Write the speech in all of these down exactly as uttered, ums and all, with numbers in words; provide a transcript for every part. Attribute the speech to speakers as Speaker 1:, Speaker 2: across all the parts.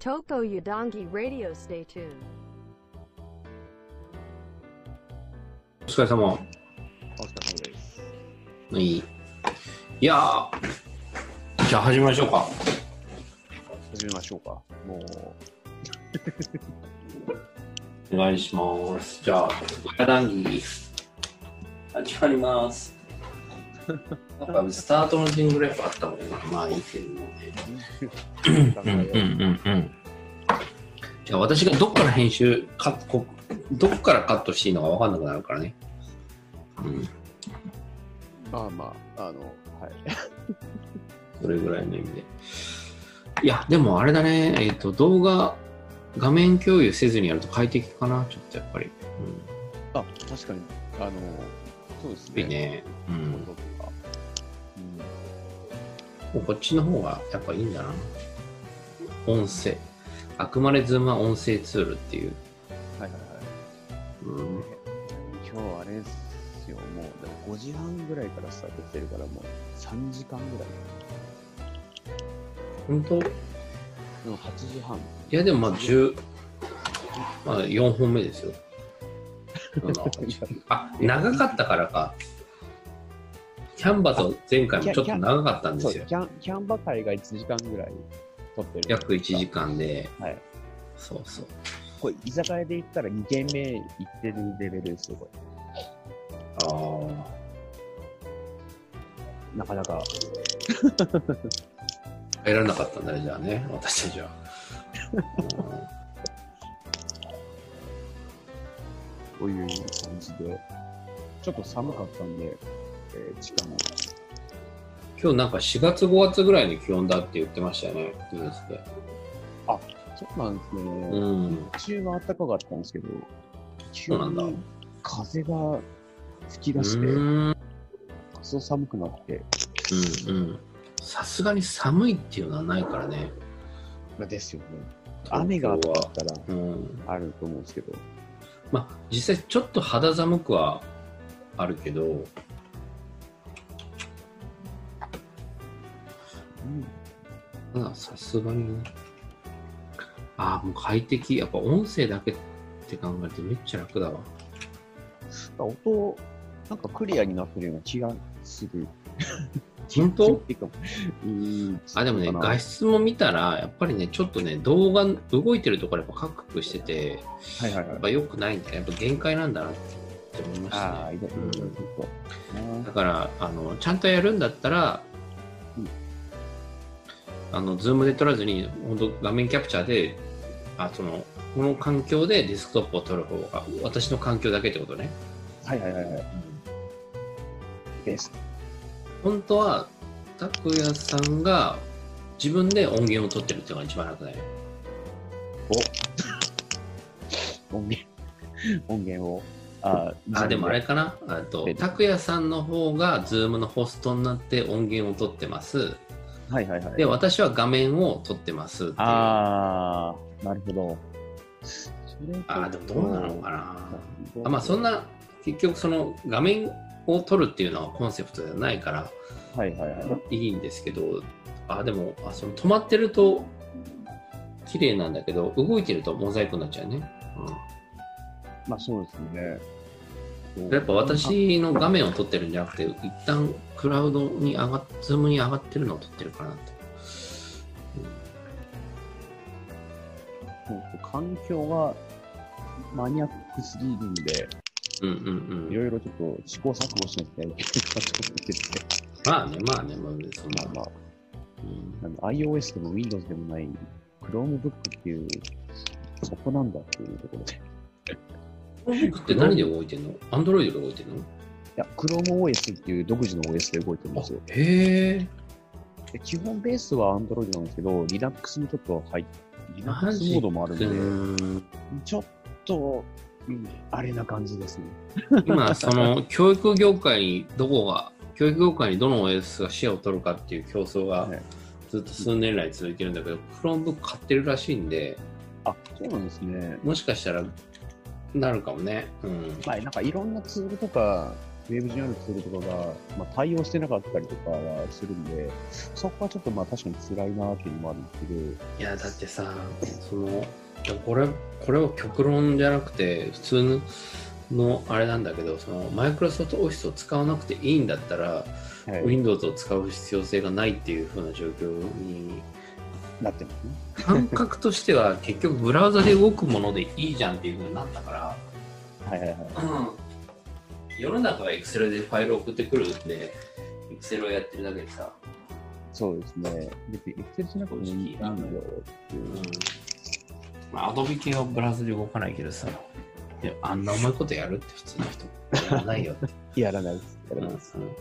Speaker 1: Toko Yudongi Radio Stay tuned.
Speaker 2: お疲れ様。
Speaker 3: お疲れ様です。
Speaker 2: いい。いやー、じゃあ始めましょうか。
Speaker 3: 始めましょうか。も
Speaker 2: お願いします。じゃあ、ガダンギ始まります。なんかスタートのジングルやっぱあったもんね。まあいいけどね。うんうんうんうん。じゃあ私がどっから編集カこどっからカットしていいのか分かんなくなるからね。うん。
Speaker 3: まあまあ、あの、はい。
Speaker 2: それぐらいの意味で。いや、でもあれだね、えっと、動画、画面共有せずにやると快適かな、ちょっとやっぱり。
Speaker 3: うん、あ、確かに、あの、そうですね。
Speaker 2: いいね。うん。
Speaker 3: うん、
Speaker 2: もうこっちの方がやっぱいいんだな。音声。あくまでズームは音声ツールっていう。
Speaker 3: はいはいはい。うん、今日あれですよ、もうごじはんぐらいからスタートしてるから、もうさんじかんぐらい。
Speaker 2: 本当？
Speaker 3: でもはちじはん。い
Speaker 2: や、でもまあじゅう、まあよんほんめですよ。あ、長かったからか。キャンバと前回もちょっと長かったんですよ。
Speaker 3: キャン、キャンバ会がいちじかんぐらい撮ってる。
Speaker 2: 約いちじかんで。
Speaker 3: はい。
Speaker 2: そうそう。
Speaker 3: これ、居酒屋で言ったらにけんめ行ってるレベルですよ、これ。
Speaker 2: あ
Speaker 3: あ。なかなか。
Speaker 2: 入らなかったんだね、じゃあね、私たちは。
Speaker 3: こういう感じで。ちょっと寒かったんで、えー、地下も。
Speaker 2: 今日なんかしがつごがつぐらいの気温だって言ってましたよね、ニュースで。
Speaker 3: あ、そうなんですね。
Speaker 2: うん。
Speaker 3: 日中は暖かかったんですけど、
Speaker 2: そうなんだ。
Speaker 3: 風が吹き出して、くそ寒くなって。
Speaker 2: うんうん。さすがに寒いっていうのはないからね。
Speaker 3: ですよね。雨があったらあると思うんですけど。
Speaker 2: うん、まあ実際ちょっと肌寒くはあるけど、うん、さすがにね。ああ、もう快適。やっぱ音声だけって考えるとめっちゃ楽だわ。
Speaker 3: 音、なんかクリアになってるような気がする。
Speaker 2: 本当？
Speaker 3: うん、
Speaker 2: あ、でもね、画質も見たら、やっぱりね、ちょっとね、動画動いてるところやっぱカクカクしてて、
Speaker 3: はいはいはい、
Speaker 2: やっぱ良くないんだよ。やっぱ限界なんだなって思いましたね。あ、うん、だから、あの、ちゃんとやるんだったら、うん、あの、ズームで撮らずに、本当画面キャプチャーで、あ、その、この環境でデスクトップを撮る方が、私の環境だけってことね。
Speaker 3: はいはいはいはい。です。
Speaker 2: 本当は拓也さんが自分で音源を取ってるっていうのが一番楽だよね。
Speaker 3: お音源音源をあ
Speaker 2: あでもあれかな、あと拓也さんの方が Zoom のホストになって音源を取ってます。
Speaker 3: はいはいはい。
Speaker 2: で私は画面を撮ってますっていう。
Speaker 3: ああなるほど。
Speaker 2: それあでもどうなのかな。あまあそんな結局その画面を撮るっていうのはコンセプトではないから、
Speaker 3: はいはいはい、
Speaker 2: いいんですけど、あでもあその止まってると綺麗なんだけど、動いてるとモザイクになっちゃうね。うん、
Speaker 3: まあそうです
Speaker 2: ね。やっぱ私の画面を撮ってるんじゃなくて、一旦クラウドに上がっ、ズームに上がってるのを撮ってるかなと。
Speaker 3: うん、環境がマニアックすぎるんで。
Speaker 2: うんうんうん。
Speaker 3: いろいろちょっと試行錯誤しなきゃいけないかと思ってて。
Speaker 2: まあね、まあね、まあね、そ
Speaker 3: まあまあ。うん、iOS でも Windows でもない Chromebook っていう、そこなんだっていうところで。
Speaker 2: Chromebook って何で動いてんの？ Android で動いてんの？い
Speaker 3: や、ChromeOS っていう独自の オーエス で動いてるんですよ。
Speaker 2: へ
Speaker 3: ー。基本ベースは Android なんですけど、Linux もちょっと入って、Linux モードもあるんで、ちょっと、うん、あれな感じですね。
Speaker 2: 今、その教育業界にどこが、教育業界にどの オーエス がシェアを取るかっていう競争がずっと数年来続いてるんだけど、Chromebook 買ってるらしいんで、
Speaker 3: あ、そうなんですね。
Speaker 2: もしかしたらなるかもね。うん。
Speaker 3: まあ、なんかいろんなツールとかウェブ上のツールとかが、まあ、対応してなかったりとかはするんで、そこはちょっとまあ確かに辛いなっていうのもあるんですけど。
Speaker 2: いや、だってさ、その、これ、これは極論じゃなくて、普通のあれなんだけど、その、マイクロソフトオフィスを使わなくていいんだったら、はい、Windows を使う必要性がないっていう風な状況に
Speaker 3: なってますね。
Speaker 2: 感覚としては結局ブラウザで動くものでいいじゃんっていう風になったから、
Speaker 3: はいはいはい。
Speaker 2: うん、世の中が Excel でファイルを送ってくるんで、Excel をやってるだけでさ。
Speaker 3: そうですね。別に Excel しなくてもいいんだよっていう。うん、
Speaker 2: まあ、Adobe 系はブラウザで動かないけどさ、いやあんなうまいことやるって普通の人やらないよって。
Speaker 3: やらないです。やらないです。うんうん、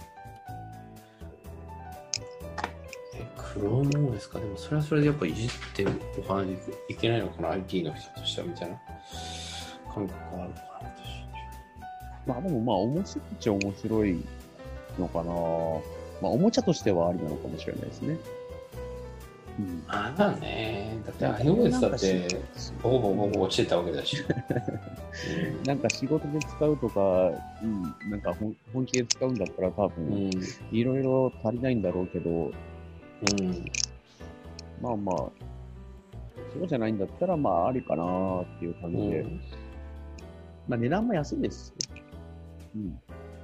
Speaker 2: クロームですか。でもそれはそれでやっぱいじっておかないといけないのかな、アイティー の人としてはみたいな感覚があるかな。
Speaker 3: まあでもまあ面白いっちゃ面白いのかな。まあおもちゃとしてはありなのかもしれないですね。
Speaker 2: うん、ああね。だって iOS だってボコボコボコ落ちてたわけだし。
Speaker 3: なんか仕事で使うとか、うん、なんか本本気で使うんだったら多分いろいろ足りないんだろうけど、うん、まあまあそうじゃないんだったらまあありかなーっていう感じで、うん、まあ値段も安いです。うん。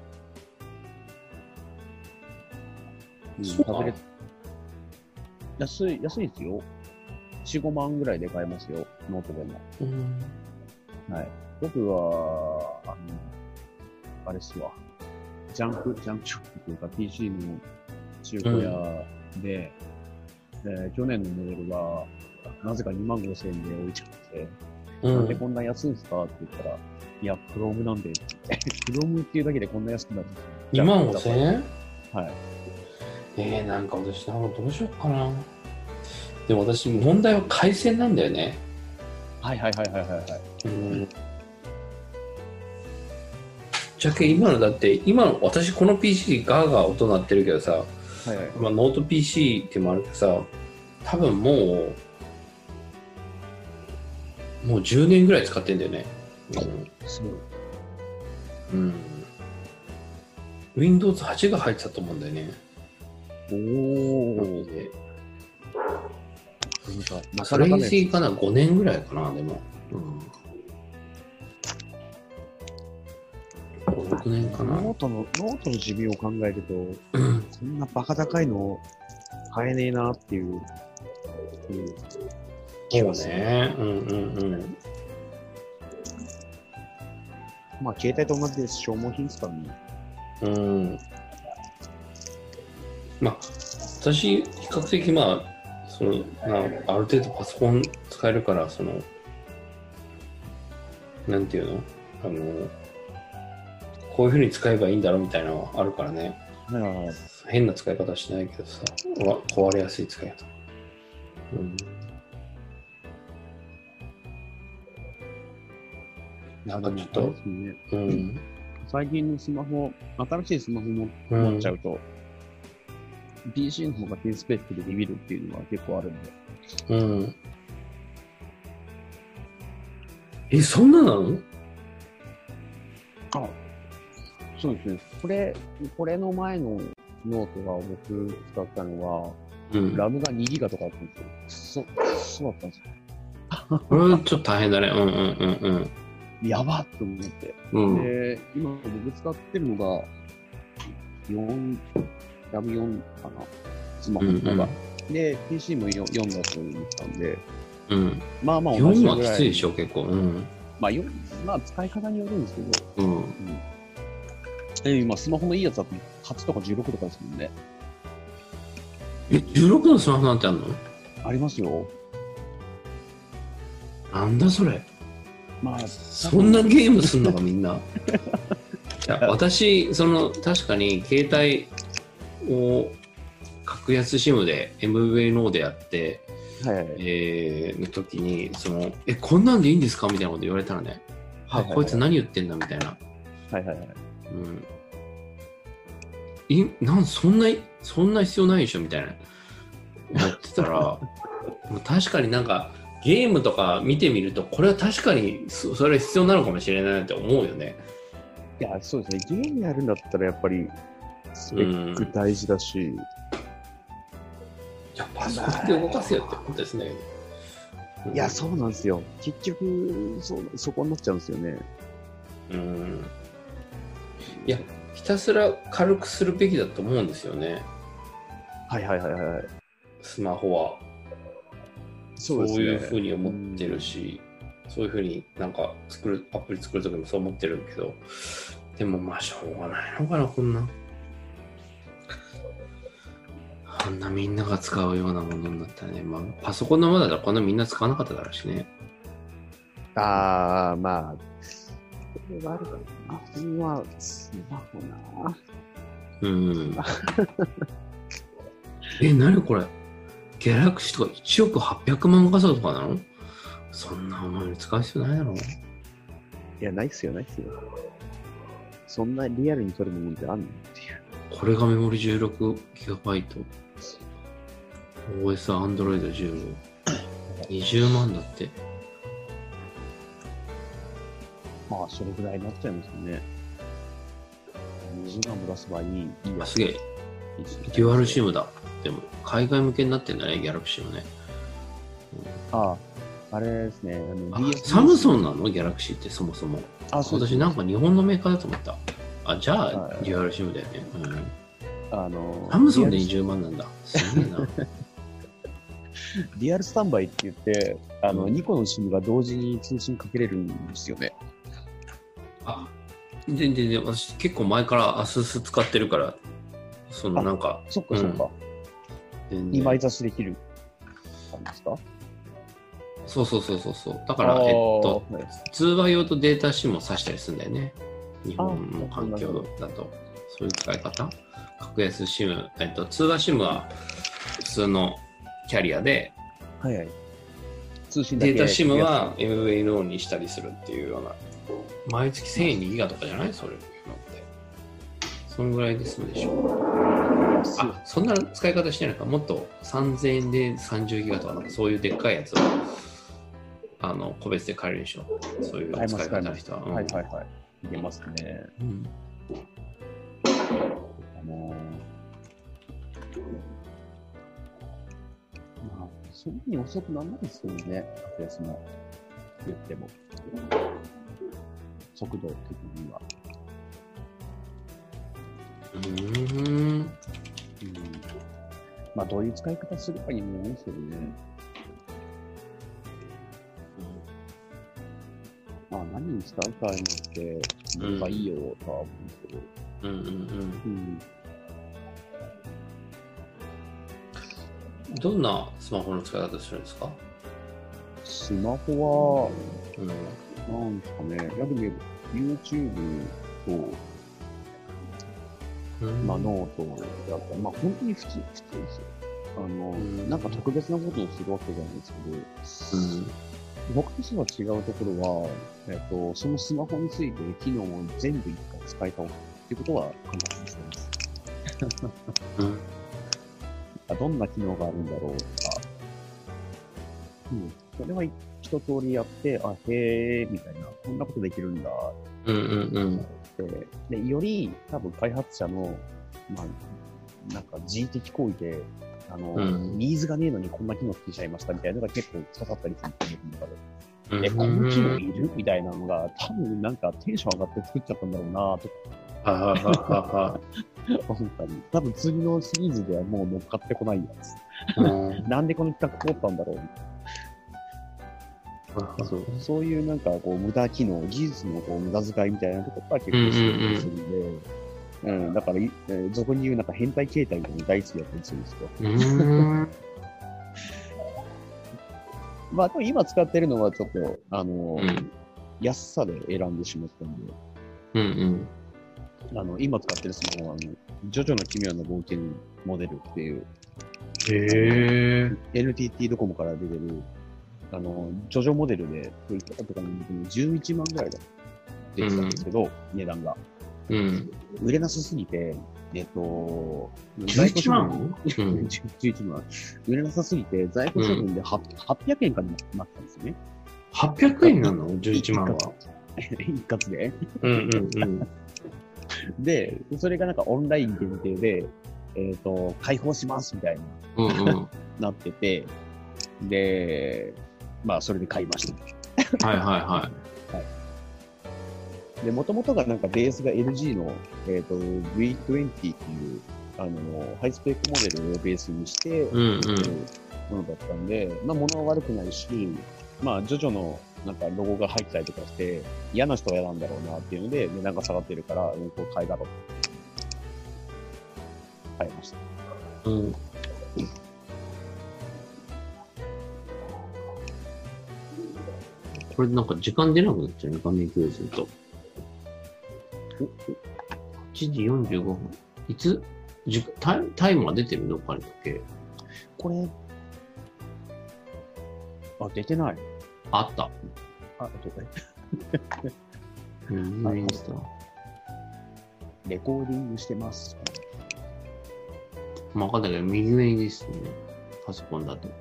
Speaker 3: うん、
Speaker 2: そうか。
Speaker 3: 安い、安いですよ。よん、ごまんぐらいで買えますよ、ノートでも。うん、はい。僕は、あの、あれっすわ。ジャンク、ジャンクショップというか ピーシー の中古屋で、うん、で去年のモデルが、なぜかにまんごせんえんで置いちゃって、うん、なんでこんな安いんすかって言ったら、いや、クロームなんで、クロームっていうだけでこんな安くなるんですよ。
Speaker 2: にまんごせんえん？
Speaker 3: はい。
Speaker 2: えー、なんか私、なんかどうしようかな。でも私、問題は回線なんだよね。
Speaker 3: はいはいはいはいはい、はい。うん。
Speaker 2: じゃけ今のだって、今の私この ピーシー ガーガー音鳴ってるけどさ、
Speaker 3: はいはい、
Speaker 2: まあ、ノート ピーシー ってもあるけどさ、多分もう、もうじゅうねんぐらい使ってんだよね。
Speaker 3: うん、そう。
Speaker 2: うん。ウィンドウズはち が入ってたと思うんだよね。
Speaker 3: おお。
Speaker 2: まあ、それにすぎかな、ごねんぐらいかな、でも。うん。ご、ろくねんかな。
Speaker 3: ノートの、ノートの寿命を考えると、うん、そんなバカ高いの買えねえなっていう、うん、
Speaker 2: 気はね。うんうんうん。
Speaker 3: まあ、携帯と同じです。消耗品ですからね。
Speaker 2: うん。まあ、私、比較的まあ、そのまあ、ある程度パソコン使えるから、その、なんていうのあの、こういう風に使えばいいんだろうみたいなのはあるからね。
Speaker 3: うん、
Speaker 2: 変な使い方しないけどさ、壊れやすい使い方。うん。なんかちょっと、ね、うん。
Speaker 3: 最近のスマホ、新しいスマホも持っちゃうと、うん、ピーシー の方が低スペックでビビるっていうのは結構あるんで。
Speaker 2: うん。え、そんななの？
Speaker 3: あ、そうですね。これ、これの前のノートが僕使ったのは、うん、ラムがにギガとかあったんですよ。そ、そうだったんですよ。
Speaker 2: これはちょっと大変だね。うんうんうんうん。
Speaker 3: やばっと思って、うん、で今僕使ってるのがよん、ラムよんかな、スマホとか、うんうん、で ピーシー も 4, 4だと思ったんで、
Speaker 2: うん、
Speaker 3: まあまあ同じぐらい。
Speaker 2: よんはきついでしょ結構、うん、
Speaker 3: まあよん、まあ使い方によるんですけど、うんうん、で今スマホのいいやつだとはちとかじゅうろくとかですもんね。
Speaker 2: え、じゅうろくのスマホなんてあるの？
Speaker 3: ありますよ。
Speaker 2: なんだそれ。
Speaker 3: まあ、
Speaker 2: そんなゲームすんのかみんな。いや私その確かに携帯を格安 SIM で エムブイエヌオー でやって、はいはい、えー、の時にそのえこんなんでいいんですかみたいなこと言われたらね、はいはいはい、あこいつ何言ってんだみたいな。
Speaker 3: はいはいはい。
Speaker 2: うん。いなんそんなそんな必要ないでしょみたいな思ってたら確かになんか。ゲームとか見てみるとこれは確かにそれは必要なのかもしれないなって思うよね。
Speaker 3: いや、そうですね。ゲームやるんだったらやっぱりスペック大事だし。
Speaker 2: やっぱパソコンで動かせよってことですね。
Speaker 3: いや、そうなんですよ。結局、そ、そこになっちゃうんですよね。
Speaker 2: うん。いや、ひたすら軽くするべきだと思うんですよね。
Speaker 3: はいはいはいはい。
Speaker 2: スマホは。そう
Speaker 3: そうですね。
Speaker 2: いうふうに思ってるし、そういうふうになんか作る、アプリ作るときもそう思ってるけど、でもまあしょうがないのかな、こんな。あんなみんなが使うようなものになったらね、まあパソコンのままだったらこんなみんな使わなかっただろうしね。
Speaker 3: ああ、まあ、それはあるかな。あとは、スマホな。
Speaker 2: うん。え、なにこれギャラクシーとかいちおくはっぴゃくまん画素とかなの？そんなものに使う必要ないだろう。
Speaker 3: いや、ないっすよ、ないっすよ。そんなリアルに撮るものってあんのっていう。
Speaker 2: これがメモリ じゅうろくギガバイト。オーエス Android じゅうご。にじゅうまんだって。
Speaker 3: まあ、それぐらいになっちゃいますよね。にじゅうまんも出せばいい。いい
Speaker 2: あ、すげえ。デュアルシムだ。でも、海外向けになってんだね、ギャラクシーもね。
Speaker 3: うん、ああ、あれですね。
Speaker 2: あのあサムソンなのギャラクシーってそもそも。
Speaker 3: あ、そうです。
Speaker 2: 私なんか日本のメーカーだと思った。あ、じゃあ、
Speaker 3: はい、
Speaker 2: デュアルシムだよね。
Speaker 3: うん、あの
Speaker 2: サムソンでにじゅうまんなんだ。すげえな。
Speaker 3: リアルスタンバイって言って、あの、うん、にこのシムが同時に通信かけれるんですよね。
Speaker 2: あ、全然、私結構前からアスス使ってるから、そのなんか。
Speaker 3: そっかそっか。うん、にまい差しできる感じですか？
Speaker 2: そうそうそうそうそう。だから、えっと、通話用とデータ シム を挿したりするんだよね。日本の環境だと。そういう使い方？格安 シム、えっと、通話 シム は普通のキャリアで、
Speaker 3: はいはい。通信だけ
Speaker 2: データ シム は エムブイエヌオン にしたりするっていうような、毎月せんえんにギガとかじゃない？それのって。そんぐらいで済むでしょう。あ、そんな使い方してないのか。もっとさんぜんえんでさんじゅうギガとか、なんかそういうでっかいやつをあの個別で買えるでしょ。そういう使い方の人は。うん、
Speaker 3: はいはいはい。いけますね。うん、あのー、まあ、そんなに遅くならないですけどね、格安も言っても。速度的には。
Speaker 2: うーん。うん、
Speaker 3: まあ、どういう使い方するかにもよるんですけどね。うん、まあ、何に使うかによって、なんかいいよとは思うんですけど。
Speaker 2: うんうんうん。うんどんなスマホの使い方するんですか？
Speaker 3: スマホは、
Speaker 2: うん、
Speaker 3: なんですかね、やはり YouTube と、うん、まあ、ノートだったり、まあ、本当に普通、普通ですよ。あの、うん、なんか特別なことをするわけじゃないですけど、うん、僕としては違うところは、えっと、そのスマホについてる機能を全部一回使い倒すっていうことは必ずしています。うんどんな機能があるんだろうとか、うん、それは一通りやって、あ、へえ、みたいな、こんなことできるんだ、
Speaker 2: うんうんうん、
Speaker 3: で, でより多分開発者の、まあ、なんか人的行為で、あの、うん、ニーズがねえのにこんな機能つけちゃいましたみたいなのが結構刺さったりするっていうのがある。え、この機能いるみたいなのが、多分なんかテンション上がって作っちゃったんだろうなとか。
Speaker 2: はははは
Speaker 3: 本当に。多分次のシリーズではもう乗っかってこないやつ。うん、なんでこの企画通ったんだろうそう。そういうなんかこう無駄機能、技術のこう無駄遣いみたいなところが結構するんで、うん、うん、だから、えー、俗に言うなんか変態形態みたいな大好きだったりするんですよ。うんまあ、でも今使ってるのはちょっと、あの、うん、安さで選んでしまったんで。
Speaker 2: うんうん
Speaker 3: あの今使ってるスマホはあのジョジョの奇妙な冒険モデルっていう、
Speaker 2: へー
Speaker 3: エヌティーティー ドコモから出てるあのジョジョモデルでいくらとかじゅういちまんぐらいで出てたんですけど、うん、値段が、
Speaker 2: うん、
Speaker 3: 売れなさすぎてえっと
Speaker 2: じゅういちまん
Speaker 3: じゅういちまん売れなさすぎて在庫処分ではっぴゃくえんかになったんですよね。
Speaker 2: はっぴゃくえんなの ?じゅういちまんは。
Speaker 3: 一括で。
Speaker 2: うんうんうん。
Speaker 3: で、それがなんかオンライン限定で、えっ、と、開放しますみたい
Speaker 2: うんうん。
Speaker 3: な、なってて、で、まあ、それで買いました。
Speaker 2: はいはいはい。
Speaker 3: で、もともとがなんかベースが エルジー の、えっ、と、ブイにじゅう っていう、あの、ハイスペックモデルをベースにして、
Speaker 2: うんうん。
Speaker 3: ものだったんで、まあ、物は悪くないし、まあ、ジョジョのなんかロゴが入ったりとかして、嫌な人は嫌なんだろうなっていうので、値段が下がってるから、うん、こう買いだろうと。買いました。
Speaker 2: うん。これなんか時間出なくなっちゃうね、画面共有すると。はちじよんじゅうごふん。いつじタイタイマー出てるのかねだっけ
Speaker 3: これ、あ、出てない。
Speaker 2: あった。
Speaker 3: あ、どこ
Speaker 2: うん、インスタ。
Speaker 3: レコーディングしてます。
Speaker 2: まあ、わかんないけど、右上にですね。パソコンだと。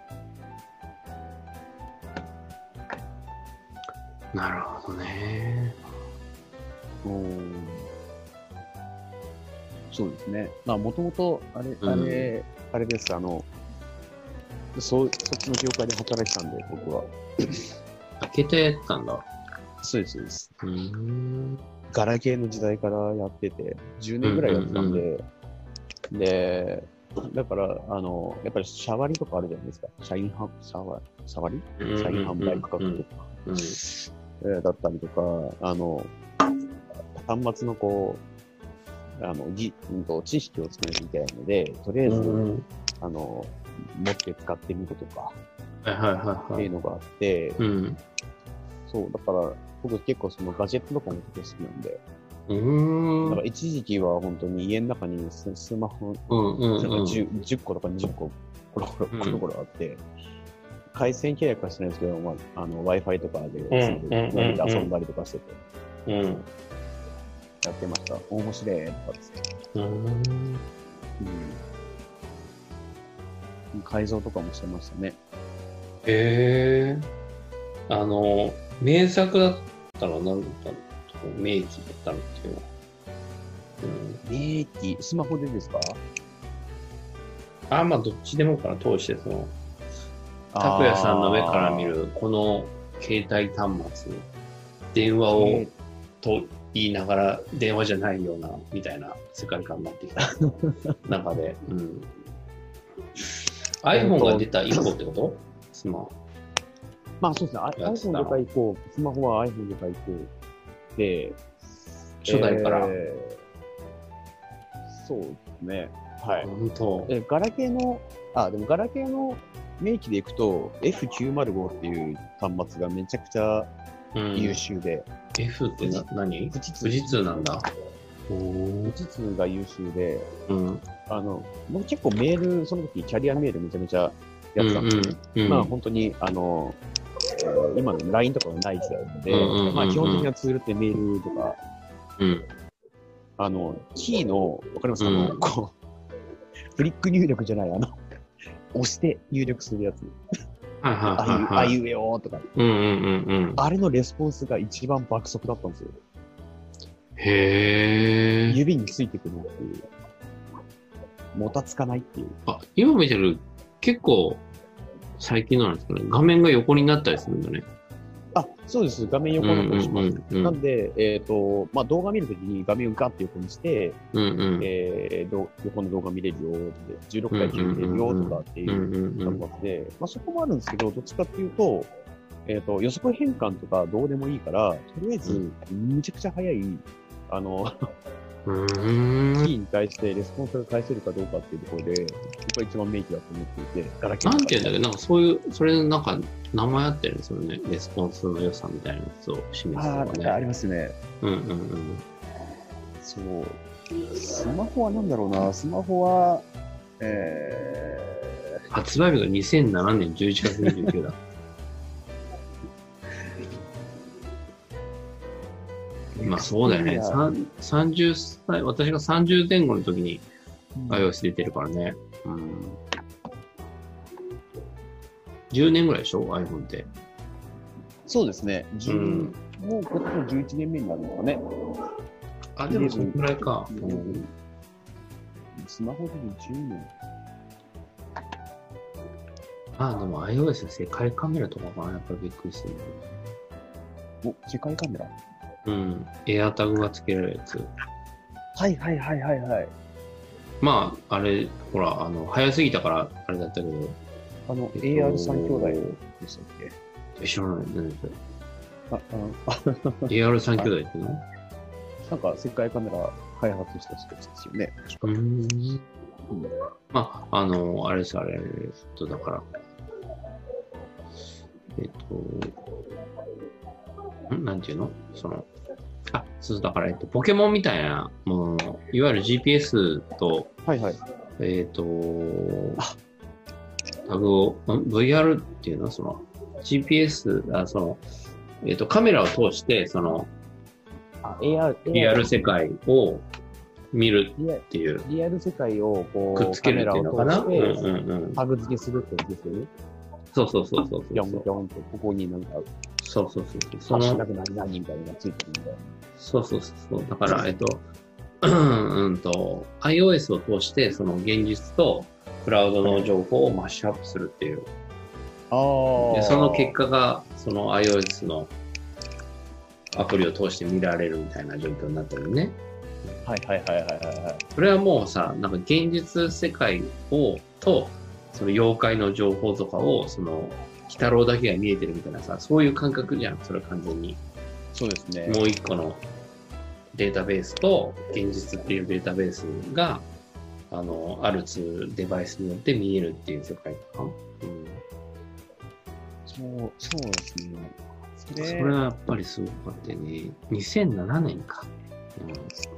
Speaker 2: なるほどね。
Speaker 3: うん。そうですね。まあ、もともと、あれ、あれ、うん、あれです、あの、そう、そっちの業界で働いてたんで、僕は。
Speaker 2: あ、携帯やってたんだ。
Speaker 3: そうです、そうです。
Speaker 2: うーん。
Speaker 3: ガラケーの時代からやってて、じゅうねんぐらいやってたんで、うんうんうん、で、だから、あの、やっぱりシャワリとかあるじゃないですか。社員販、シャワ、シャワリ社員販売価格とか、うんうんうん、だったりとか、あの、端末のこう、あの、じ、うんと、知識をつけなきゃいけないので、とりあえず、うんうん、あの、持って使ってみるとか、
Speaker 2: はいはいはいはい。
Speaker 3: っていうのがあって、
Speaker 2: うん、そう、
Speaker 3: だから、僕結構そのガジェットとかも結構好きなんで、
Speaker 2: うーん。
Speaker 3: だから一時期は本当に家の中にス, スマホ、
Speaker 2: うんうんうん、
Speaker 3: なんか 10, じゅっことかにじゅっこコロコロコロコロあって、うん、回線契約はしてないですけど、まあ、あの Wi-Fi とかで、うん、遊んだりとかしてて、
Speaker 2: うん、や
Speaker 3: ってました。面白いとかですね。
Speaker 2: うん、うん 。
Speaker 3: 改造とかもしてましたね。
Speaker 2: へえー。あの、名作だったら何だったの？名機だったのっていうのは。
Speaker 3: うん、名機、スマホでですか？
Speaker 2: あ、まあ、どっちでもかな、通して、その、拓也さんの上から見る、この携帯端末、電話を、と言いながら、電話じゃないような、みたいな世界観になってきた中で、うん。iPhone が出た以降ってこと？スマホ。
Speaker 3: まあそうですね。iPhone 出た以降、スマホは iPhone 出た以降で、
Speaker 2: 初代から。
Speaker 3: えー、そうですね。はい。
Speaker 2: 本当。
Speaker 3: え、ガラケーの、あ、でもガラケーの名機でいくと エフきゅうまるご っていう端末がめちゃくちゃ優秀で。
Speaker 2: うん、F ってな何？富士通なんだ。
Speaker 3: 富士通が優秀で、
Speaker 2: うん、
Speaker 3: あの、僕結構メール、その時キャリアメールめちゃめちゃやってたんですよね。うんうんうん、まあ本当に、あの、えー、今の ライン とかがない時代なので、うんうんうんうん、まあ基本的なツールってメールとか、
Speaker 2: うん、
Speaker 3: あの、キーの、わかりますか、うん、あの、こう、フリック入力じゃない、あの、押して入力するやつ。
Speaker 2: はいはいはいはい、
Speaker 3: あいうえおとか、
Speaker 2: うんうんうんうん。
Speaker 3: あれのレスポンスが一番爆速だったんですよ。
Speaker 2: へー。
Speaker 3: 指についてくるっていう。もたつかないっていう。
Speaker 2: あ、今見てる、結構、最近のなんですかね。画面が横になったりするんだね。
Speaker 3: あ、そうです。画面横になったりします。
Speaker 2: うんうんうんうん、
Speaker 3: なんで、えっ、ー、と、まあ、動画見るときに画面をガッて横にして、
Speaker 2: うんうん、
Speaker 3: えー、横の動画見れるよって、じゅうろくたいきゅう見れるよとかっていう端末で、まあ、そこもあるんですけど、どっちかっていうと、えっ、ー、と、予測変換とかどうでもいいから、とりあえず、むちゃくちゃ速い、あの、キーに対してレスポンスが返せるかどうかっていうところで、僕は一番名機だと思っていて、ガラケー。
Speaker 2: なんていうんだけど、なんかそういう、それなんか名前あってるんですよね。レスポンスの良さみたいなやつを示すのがね。
Speaker 3: ああ、なんかありますね。
Speaker 2: うんうんうん。
Speaker 3: そう。スマホはなんだろうな、スマホは、え
Speaker 2: ー、発売日がにせんななねんじゅういちがつにじゅうくにちだ。まあそうだよね。さんじゅっさい、私がさんじゅうぜん後の時に iOS 出てるからね。うん。じゅうねんぐらいでしょ ?iPhone って。
Speaker 3: そうですね。じゅう、
Speaker 2: うん、
Speaker 3: もう今年じゅういちねんめになるのかね。
Speaker 2: あ、でもそのくらいか。
Speaker 3: うん、スマホでじゅうねん。
Speaker 2: あ、でも iOS の世界カメラとかかな、やっぱりびっくりしてる。
Speaker 3: お、世界カメラ？
Speaker 2: うん。エアタグがつけられるやつ。
Speaker 3: はいはいはいはいはい。
Speaker 2: まあ、あれ、ほら、あの、早すぎたからあれだったけど。
Speaker 3: あの、えっと、エーアールさん 兄弟でしたっけ？
Speaker 2: 知らない。何それ。
Speaker 3: あ、あ、
Speaker 2: エーアールさん 兄弟っての？
Speaker 3: なんか世界カメラ開発した人ですよね。
Speaker 2: うーん。まあ、あの、あれです、あれ、えっと、だから、えっと、んなんていうのその、あ、そう、だから、えっと、ポケモンみたいなもの、いわゆる ジーピーエス と、
Speaker 3: はいはい。
Speaker 2: えっと、タグを、ブイアール っていうのは、その、ジーピーエス、あその、えっと、カメラを通して、その、
Speaker 3: あ、エーアール、
Speaker 2: リアル世界を見るっていう。
Speaker 3: リアル世界をこう、
Speaker 2: くっつけるっていうのかな。
Speaker 3: カメラを通して、うんうんうん、タグ付けするってことですよね。
Speaker 2: そうそうそうそうそう。
Speaker 3: ぴょんぴょんと、ここになんか、
Speaker 2: そうそうそうそう。
Speaker 3: その、なく何々みたいなのがついてるみたいな。
Speaker 2: そうそうそう。だから、えっと、うんと、iOS を通して、その現実とクラウドの情報をマッシュアップするっていう。
Speaker 3: ああ。
Speaker 2: で、その結果が、その iOS のアプリを通して見られるみたいな状況になってるね。
Speaker 3: はいはいはいはいはい。
Speaker 2: それはもうさ、なんか現実世界を、と、その妖怪の情報とかを、その、鬼太郎だけが見えてるみたいなさ、そういう感覚じゃん、それは完全に。
Speaker 3: そうですね。
Speaker 2: もう一個のデータベースと、現実っていうデータベースが、あの、あるツデバイスによって見えるっていう世界観。うん、
Speaker 3: そう、そうですね。
Speaker 2: それ、それはやっぱりすごかったね。にせんななねんか。うん、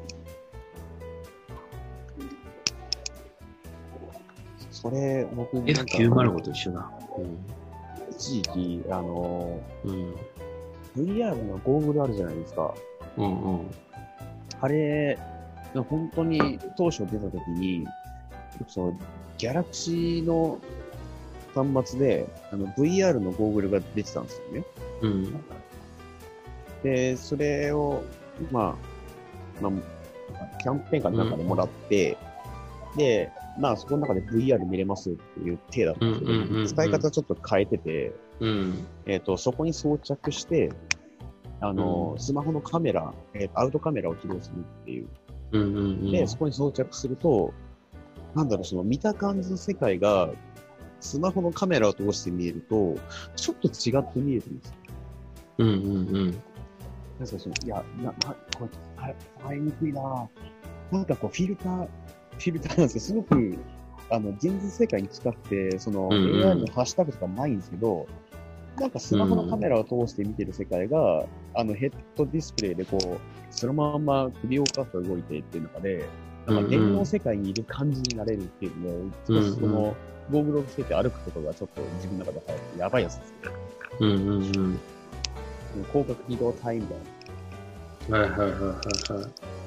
Speaker 3: それ、僕、
Speaker 2: エフきゅうまるご と一緒だ。うん、
Speaker 3: 一時期、あの、
Speaker 2: うん、
Speaker 3: ブイアール のゴーグルあるじゃないですか。
Speaker 2: うんうん。
Speaker 3: あれ、本当に当初出た時に、その、ギャラクシーの端末で、あの、ブイアール のゴーグルが出てたんですよね。
Speaker 2: うん。
Speaker 3: で、それを、まあ、まあ、キャンペーンかなんかでもらって、うん、で、まあ、そこの中で ブイアール 見れますっていう体だったんですけど、うんうんうんうん、使い方ちょっと変えてて、
Speaker 2: うん、
Speaker 3: えっと、そこに装着して、あの、うん、スマホのカメラ、えー、アウトカメラを起動するっていう。
Speaker 2: うんうんうん、
Speaker 3: で、そこに装着すると、なんだろう、その見た感じの世界が、スマホのカメラを通して見えると、ちょっと違って見えるんですよ。
Speaker 2: うんうんうん。
Speaker 3: なんかその、いや、な、な、これ、伝えにくいななんかこう、フィルター、フィルターなんですけど、すごく、あの、現実世界に近くて、その、うんうん、エーアール のハッシュタグとかないんですけど、なんかスマホのカメラを通して見てる世界が、うん、あのヘッドディスプレイでこう、そのまま首をかって動いてっていう中で、なんか電脳世界にいる感じになれるっていうのを、少しその、ゴーグルをつけて歩くことがちょっと自分の中でやばいやつですね。
Speaker 2: うんうんうん。広
Speaker 3: 角機動隊みたい
Speaker 2: な。はいはいはいはいはい。
Speaker 3: そう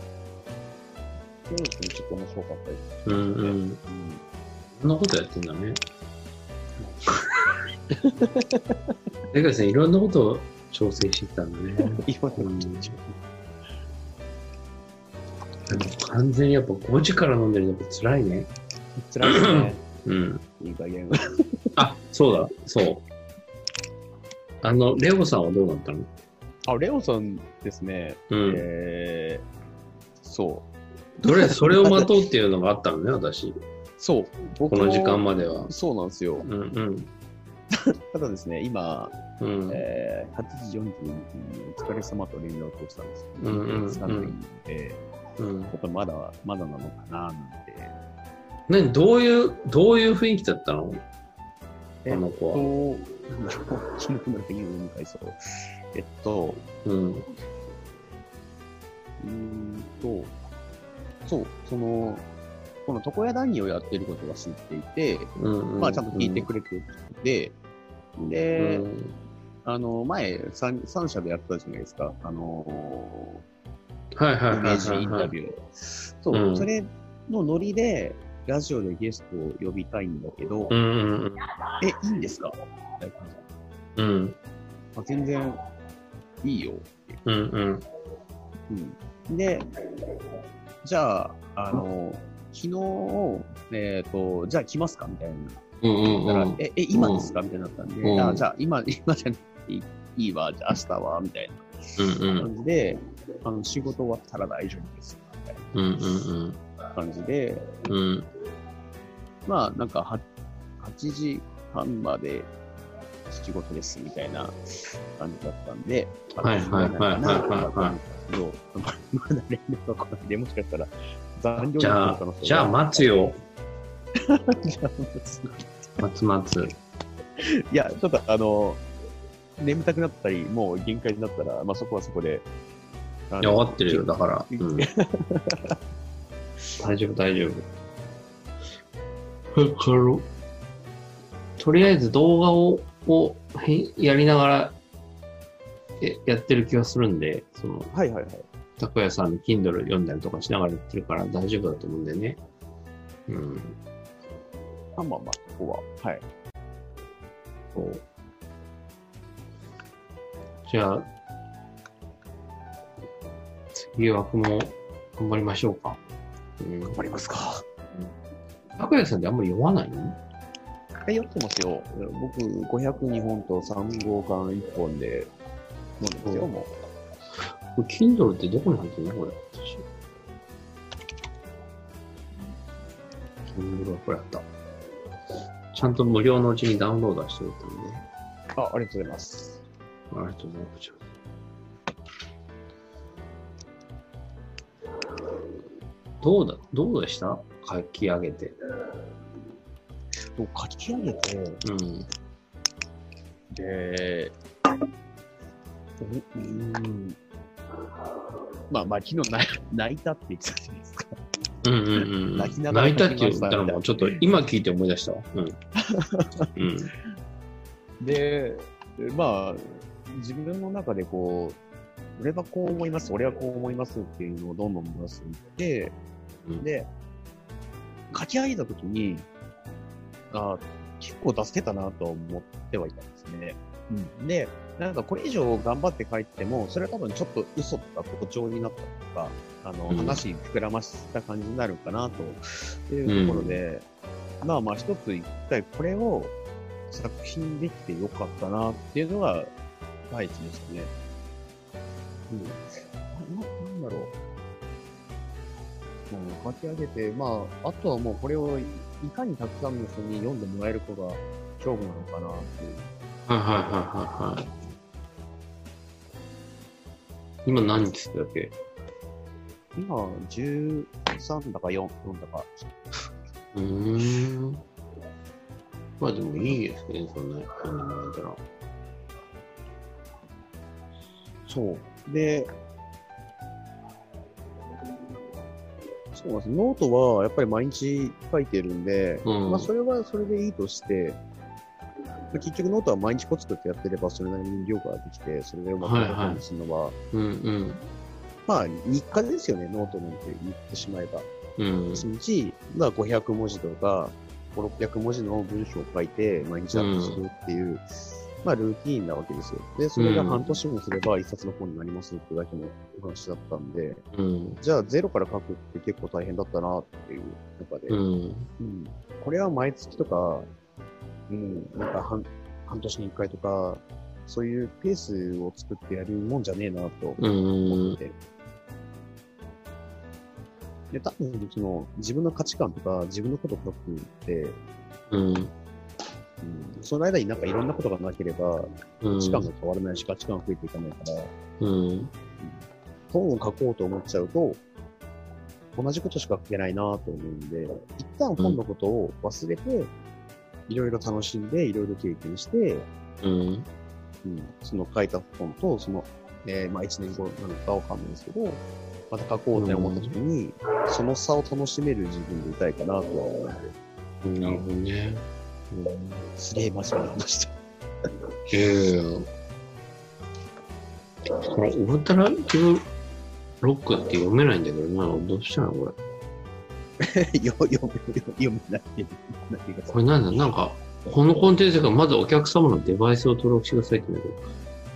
Speaker 3: ですね、ちょっと面白かったです。
Speaker 2: うんうん。うん、そんなことやってんだね。だからさん、いろんなことを調整してきたんだね。いろんなことをでも完全にやっぱごじから飲んでるのって辛いね。
Speaker 3: 辛いですね。
Speaker 2: うん。
Speaker 3: いい加減。
Speaker 2: あ、そうだ、そう。あの、レオさんはどうなったの？
Speaker 3: あ、レオさんですね。
Speaker 2: うん。
Speaker 3: えー、そう。
Speaker 2: どれ、それを待とうっていうのがあったのね、私。
Speaker 3: そう。
Speaker 2: 僕この時間までは。
Speaker 3: そうなんですよ。
Speaker 2: うんうん。
Speaker 3: ただですね、今、
Speaker 2: うん、
Speaker 3: えー、はちじよんじゅうにふんにお疲れ様と連絡をしたんですけど、
Speaker 2: うんうんうん、
Speaker 3: つかないので、うん、ちょっとまだ、まだなのかな、なんて。
Speaker 2: ね、どういう、どういう雰囲気だったの？
Speaker 3: あの子は。えっと、なんだろう、昨日なんか言うみたいそう。えっと、
Speaker 2: うん。
Speaker 3: うーんと、そう、その、この床屋談義をやってることが知っていて、
Speaker 2: うんうんうん、
Speaker 3: まあちゃんと聞いてくれてて、で、うん、あの、前3、三社でやったじゃないですか。あの
Speaker 2: ー、はいはいはい、はい。イメ
Speaker 3: ージインタビュー。そう、うん、それのノリで、ラジオでゲストを呼びたいんだけど、
Speaker 2: うんうんうん、
Speaker 3: え、いいんですか？
Speaker 2: うん。
Speaker 3: あ、全然いいよ。
Speaker 2: うんうん。
Speaker 3: うん。で、じゃあ、あの、昨日、えっ、ー、と、じゃあ来ますかみたいな。
Speaker 2: うんうんうん、
Speaker 3: え、え、今ですか、うん、みたいになったんで、うん、あ、じゃあ今、今じゃなくていい、いいわ、じゃあ明日は、みたいな感じで、うんうん、あの仕事終わったら大丈夫です、みたいな、うんうんうん、感じで、うん、まあ、なんかは、はちじはんまで仕事です、みたいな感じだったんで、
Speaker 2: はいはいはいはいはい。
Speaker 3: まだ連絡が来ないで、もしかしたら残業
Speaker 2: じゃあ、じゃあ待つよ。じゃあ待つ。待つ待つ。
Speaker 3: いや、ちょっとあの、眠たくなったり、もう限界になったら、まあそこはそこで。
Speaker 2: いや、終わってるよ、だから。うん、大丈夫、大丈夫。とりあえず動画を、をやりながらやってる気がするんで、その、
Speaker 3: はいはいはい。
Speaker 2: たこやさんの Kindle 読んだりとかしながらやってるから大丈夫だと思うんでね。うん。
Speaker 3: あ、まあまあ、ここは。はい。
Speaker 2: そう。じゃあ、次枠も頑張りましょうか。
Speaker 3: うん、頑張りますか。
Speaker 2: たこやさんってあんまり読まないの？
Speaker 3: え、読ってますよ。僕、ごひゃくにほんとさん号館いっぽんで読んでますよ、も
Speaker 2: う。Kindle ってどこに入ってるのこれ。Kindle はこれあった。ちゃんと無料のうちにダウンロードしておいたんで。
Speaker 3: あ、ありがとうございます。
Speaker 2: ありがとうございます。どうだ、どうでした書き上げて。
Speaker 3: 書き上げて、うん。で、うん、まあまあ、昨日泣いたって言ってたじゃないですか。
Speaker 2: うんうんうん。泣きながら泣いたって言ったらもうちょっと今聞いて思い出したわ。うん。
Speaker 3: うん、で、まあ、自分の中でこう、俺はこう思います、俺はこう思いますっていうのをどんどん出していって、うん、で、書き上げたときに、あ結構出せたなと思ってはいたんですね。うん。で、なんかこれ以上頑張って書いても、それは多分ちょっと嘘とか誇張になったとか、あの、うん、話膨らました感じになるかなというところで、うん、まあまあ一つ一回これを作品できてよかったなっていうのが第一でしたね。うん。な、なんだろう。もう書き上げて、まあ、あとはもうこれをいかにたくさんの人に読んでもらえるかが勝負なのかなっていう。
Speaker 2: はいはいはいはいはい。今何日だっけ？
Speaker 3: 今、じゅうさんだかよん、よんだか。
Speaker 2: うーん。まあでもいいですね、そんな、読んでもらえたら。
Speaker 3: そう。で、そうなんです。ノートはやっぱり毎日書いてるんで、うん、まあそれはそれでいいとして、結局ノートは毎日コツコツやってればそれなりに量ができて、それでうまく書くんですのは、うんうん、まあ日課ですよね、ノートなんて言ってしまえば。うん、いちにち、まあ、ごひゃくもじとか、ごひゃく、ろっぴゃくもじの文章を書いて毎日アップするっていう、うん、まあルーティーンなわけですよ。で、それが半年もすれば一冊の本になりますってだけのお話だったんで、うん、じゃあゼロから書くって結構大変だったなっていう中で、うんうん、これは毎月とか、うん、なんか半、半年に一回とか、そういうペースを作ってやるもんじゃねえなと思って、うん、で、多分その自分の価値観とか自分のことを書くって、うんうん、その間になんかいろんなことがなければ、価値観が変わらないし、価値観が増えていかないから、うん、本を書こうと思っちゃうと、同じことしか書けないなと思うんで、一旦本のことを忘れて、いろいろ楽しんで、いろいろ経験して、うんうん、その書いた本と、その、えー、まあ一年後なのかわかんないですけど、また書こうって思った時に、うん、その差を楽しめる自分でいたいかなとは思う。
Speaker 2: なるほどね。
Speaker 3: うん、すげえ真面目な話だ。
Speaker 2: いやいやいや。これ、ウルトラキブロックって読めないんだけどな、どうしたのこ
Speaker 3: れ。よ読め読めない。
Speaker 2: これなんだ、なんか、このコンテンツがまずお客様のデバイスを登録してくださいって言うんだ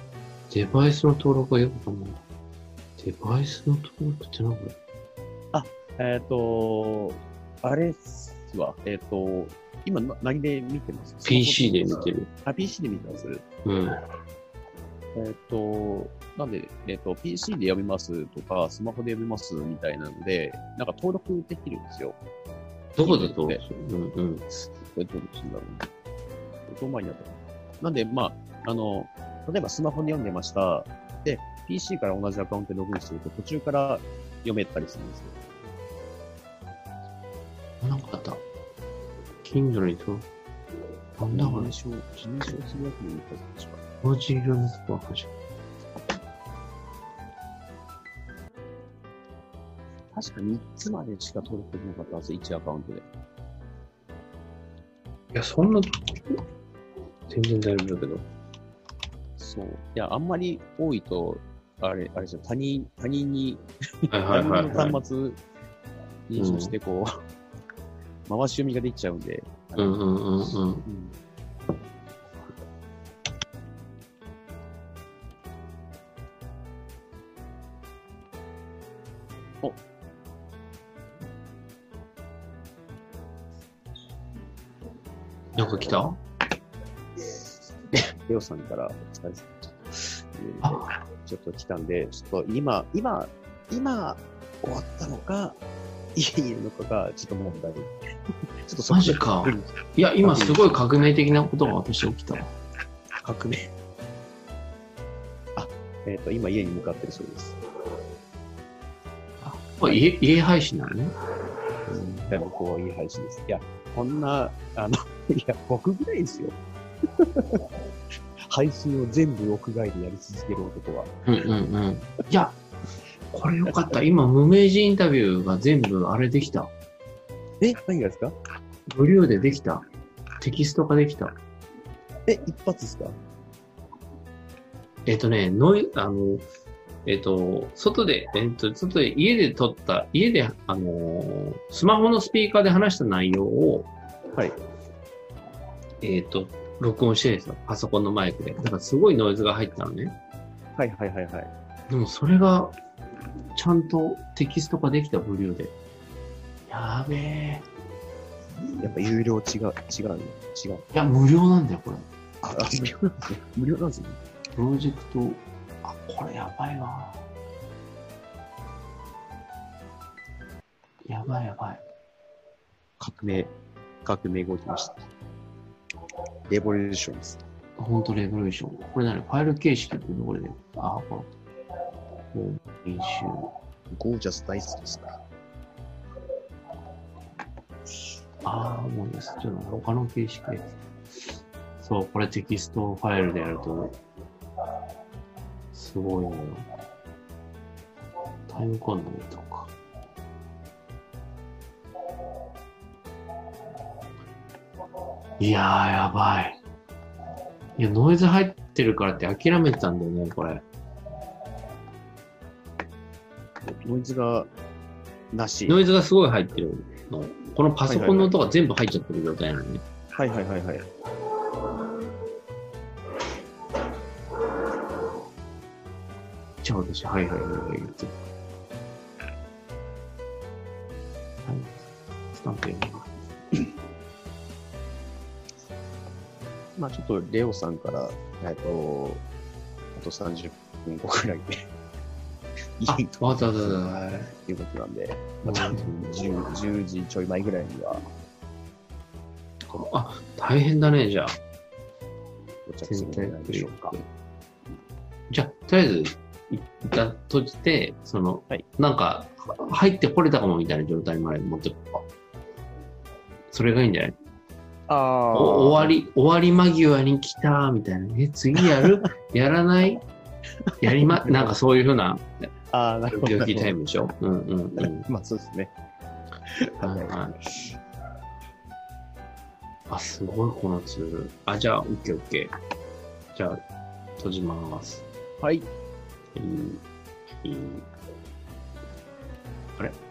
Speaker 2: デバイスの登録がよくわかんない。デバイスの登録って何これ？
Speaker 3: えっ、と、あれっすわ。えっ、と、今な何で見てます？
Speaker 2: ピーシー で見てる。
Speaker 3: あ、ピーシー で見てます？
Speaker 2: うん。
Speaker 3: えっ、と、なんで、えっ、と、ピーシー で読みますとか、スマホで読みますみたいなので、なんか登録できるんですよ。
Speaker 2: どこで登録する？うんうん。
Speaker 3: どうやって登録するんだろうね。どの前にやったかな。なんで、まあ、あの、例えばスマホで読んでました。で、ピーシー から同じアカウントでログインすると途中から読めたりするんですよ。
Speaker 2: なんかあった。Kindle にと、なんだこれ。
Speaker 3: 認証、認証するわけにいかないでしょうか。
Speaker 2: 同時色のとこは確か
Speaker 3: 確かみっつまでしか登録できなかったはず、いちアカウントで。
Speaker 2: いや、そんな、全然大丈夫だけど。
Speaker 3: そう。いや、あんまり多いと、あれ、あれですよ、他人、他人に、
Speaker 2: はいはいはい、はい。
Speaker 3: 他人の端末認証して、こう、うん、回し読みができちゃうんで。
Speaker 2: うんうんうんうん。うん、
Speaker 3: お
Speaker 2: なんか来た？
Speaker 3: レオさんからお疲れ様です。ちょっと来たんで、ちょっと今、今、今終わったのか、家にいるのかがちょっと問題。ちょっとそ
Speaker 2: マジか。いや、今すごい革命的なことが私起きた。
Speaker 3: 革命。あ、えっ、ー、と、今家に向かってるそうです。
Speaker 2: あ、家、家配信なのね。
Speaker 3: うん。でもこう、家配信です。いや、こんな、あの、いや、僕ぐらいですよ。配信を全部屋外でやり続ける男は。
Speaker 2: うんうんうん。いや、これよかった。今、無名人インタビューが全部あれできた。
Speaker 3: え、何がですか？
Speaker 2: 無料でできた。テキスト化できた。
Speaker 3: え、一発ですか？
Speaker 2: えっとね、ノイ、あの、えっと、外で、えっと、外で、家で撮った、家で、あのー、スマホのスピーカーで話した内容を、
Speaker 3: はい。
Speaker 2: えっと、録音してるんですよ。パソコンのマイクで。だからすごいノイズが入ったのね。
Speaker 3: はいはいはいはい。
Speaker 2: でもそれが、ちゃんとテキスト化できた無料で。やべえ。
Speaker 3: やっぱ有料違う、違う、違う。い
Speaker 2: や、無料なんだよ、これ。
Speaker 3: あ、無料なんですね。無料なんですね。
Speaker 2: プロジェクト、あ、これやばいわ。やばいやばい。
Speaker 3: 革命、革命が起きました。レボリューションです。
Speaker 2: ほんとレボリューション。これ何？ファイル形式っていうのこれで。あ、これ。もう、編集。
Speaker 3: ゴージャス大好きですか？
Speaker 2: ああ、もうです。ちょっと他の形式で。そう、これテキストファイルでやると、すごいのよ。タイムコンドとか。いやー、やばい。いや、ノイズ入ってるからって諦めてたんだよね、これ。
Speaker 3: ノイズがなし。
Speaker 2: ノイズがすごい入ってるの。このパソコンの音が全部入っちゃってる状態なのね。
Speaker 3: はいはいはいはい。
Speaker 2: じゃあ私、はいはいはいはい言って。はい。スタンプやね。
Speaker 3: まあちょっとレオさんから、えっと、あとさんじゅっぷんごくらいで
Speaker 2: あ、わざわざわざ。
Speaker 3: いうことなんで、まあ多分じゅう、じゅうじちょい前ぐらいには。
Speaker 2: あ、大変だね、じゃあ。
Speaker 3: 到着するんじゃないでしょうか。
Speaker 2: じゃあ、とりあえず、一旦閉じて、その、
Speaker 3: はい、
Speaker 2: なんか、入ってこれたかもみたいな状態まで持ってこうか。それがいいんじゃない？
Speaker 3: ああ。
Speaker 2: 終わり、終わり間際に来たみたいな。え、次やるやらないやりま、なんかそういうふうな、
Speaker 3: ああ、なるほど。
Speaker 2: ドキドキタイムでしょ？うんうんうん。
Speaker 3: まあそうですね。
Speaker 2: はいはい。あ、すごいこのツール。あ、じゃあ、オッケーオッケー。じゃあ、閉じます。
Speaker 3: はい。
Speaker 2: いい、いい。あれ